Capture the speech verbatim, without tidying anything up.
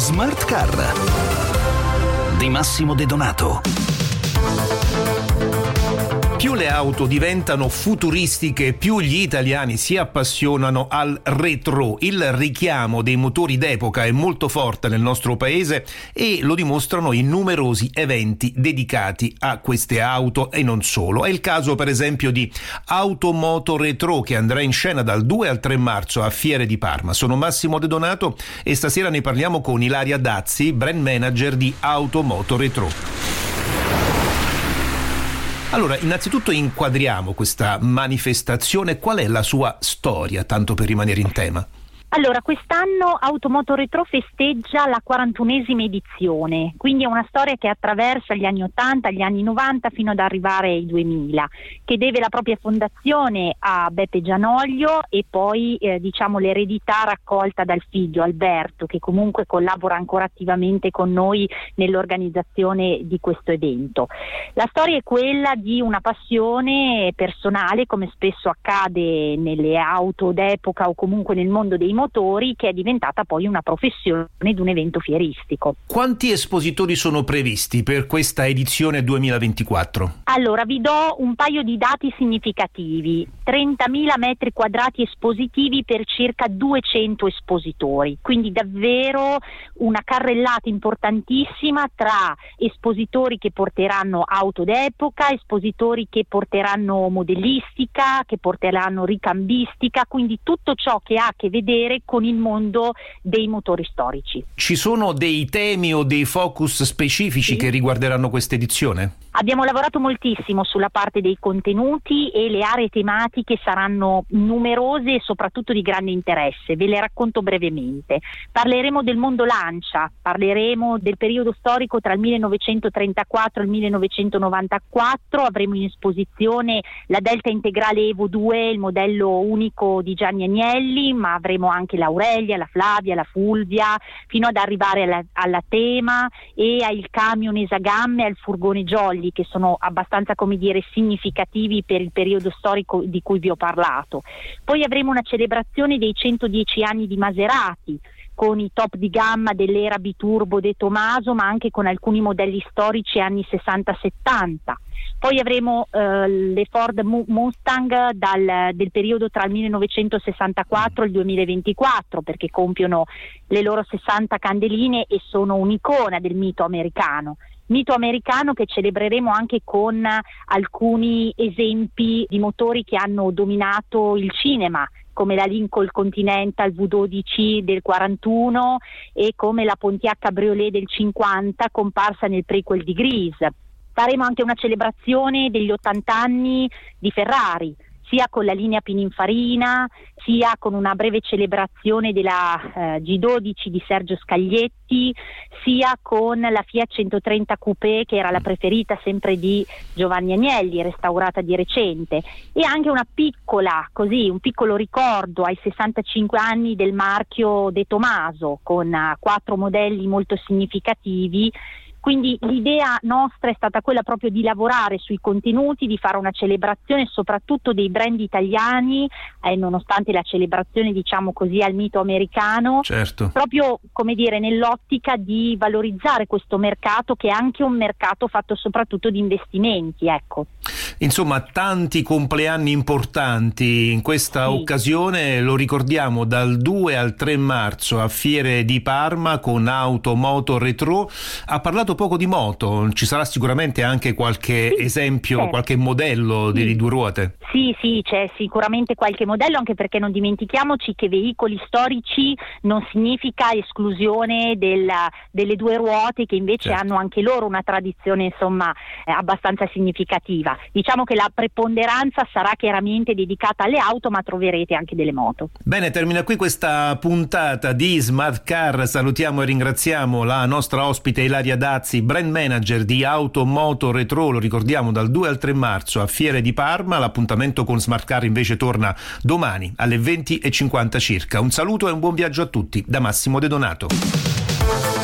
Smart Car di Massimo De Donato. Più le auto diventano futuristiche, più gli italiani si appassionano al retro. Il richiamo dei motori d'epoca è molto forte nel nostro paese e lo dimostrano i numerosi eventi dedicati a queste auto e non solo. È il caso per esempio di Automoto Retro, che andrà in scena dal due al tre marzo a Fiere di Parma. Sono Massimo De Donato e stasera ne parliamo con Ilaria Dazzi, brand manager di Automoto Retro. Allora, innanzitutto inquadriamo questa manifestazione. Qual è la sua storia, tanto per rimanere in tema? Allora, quest'anno Automoto Retro festeggia la quarantunesima edizione, quindi è una storia che attraversa gli anni ottanta, gli anni novanta fino ad arrivare ai duemila, che deve la propria fondazione a Beppe Gianoglio e poi eh, diciamo l'eredità raccolta dal figlio Alberto, che comunque collabora ancora attivamente con noi nell'organizzazione di questo evento. La storia è quella di una passione personale, come spesso accade nelle auto d'epoca o comunque nel mondo dei motori, che è diventata poi una professione di un evento fieristico. Quanti espositori sono previsti per questa edizione duemilaventiquattro? Allora, vi do un paio di dati significativi. trentamila metri quadrati espositivi per circa duecento espositori, quindi davvero una carrellata importantissima tra espositori che porteranno auto d'epoca, espositori che porteranno modellistica, che porteranno ricambistica, quindi tutto ciò che ha a che vedere con il mondo dei motori storici. Ci sono dei temi o dei focus specifici sì. che riguarderanno questa edizione? Abbiamo lavorato moltissimo sulla parte dei contenuti e le aree tematiche saranno numerose e soprattutto di grande interesse. Ve le racconto brevemente. Parleremo del mondo Lancia, parleremo del periodo storico tra il millenovecentotrentaquattro e il millenovecentonovantaquattro, avremo in esposizione la Delta Integrale Evo due, il modello unico di Gianni Agnelli, ma avremo anche l'Aurelia, la Flavia, la Fulvia, fino ad arrivare alla, alla Tema e al camion Esagamme e al furgone Jolly, che sono abbastanza, come dire, significativi per il periodo storico di cui vi ho parlato. Poi avremo una celebrazione dei centodieci anni di Maserati, con i top di gamma dell'era biturbo De Tomaso, ma anche con alcuni modelli storici anni sessanta settanta. Poi avremo eh, le Ford Mustang dal, del periodo tra il millenovecentosessantaquattro e il duemilaventiquattro, perché compiono le loro sessanta candeline e sono un'icona del mito americano. Mito americano che celebreremo anche con alcuni esempi di motori che hanno dominato il cinema, come la Lincoln Continental V dodici del quarantuno e come la Pontiac Cabriolet del cinquanta, comparsa nel prequel di Grease. Faremo anche una celebrazione degli ottanta anni di Ferrari, sia con la linea Pininfarina, sia con una breve celebrazione della eh, G dodici di Sergio Scaglietti, sia con la Fiat centotrenta Coupé, che era la preferita sempre di Giovanni Agnelli, restaurata di recente, e anche una piccola, così, un piccolo ricordo ai sessantacinque anni del marchio De Tomaso, con uh, quattro modelli molto significativi. Quindi l'idea nostra è stata quella proprio di lavorare sui contenuti, di fare una celebrazione soprattutto dei brand italiani, eh, nonostante la celebrazione, diciamo così, al mito americano, certo. proprio, come dire, nell'ottica di valorizzare questo mercato, che è anche un mercato fatto soprattutto di investimenti, ecco. Insomma, tanti compleanni importanti in questa sì. occasione, lo ricordiamo, dal due al tre marzo a Fiere di Parma con Automoto Retro. Ha parlato poco di moto, ci sarà sicuramente anche qualche sì, esempio, certo. qualche modello sì. di due ruote? Sì, sì, c'è sicuramente qualche modello, anche perché non dimentichiamoci che veicoli storici non significa esclusione della, delle due ruote, che invece certo. hanno anche loro una tradizione, insomma, eh, abbastanza significativa. Diciamo che la preponderanza sarà chiaramente dedicata alle auto, ma troverete anche delle moto. Bene, termina qui questa puntata di Smart Car. Salutiamo e ringraziamo la nostra ospite Ilaria Dazzi, brand manager di Automoto Retro, lo ricordiamo, dal due al tre marzo a Fiere di Parma. L'appuntamento con Smart Car invece torna domani alle venti e cinquanta circa. Un saluto e un buon viaggio a tutti da Massimo De Donato.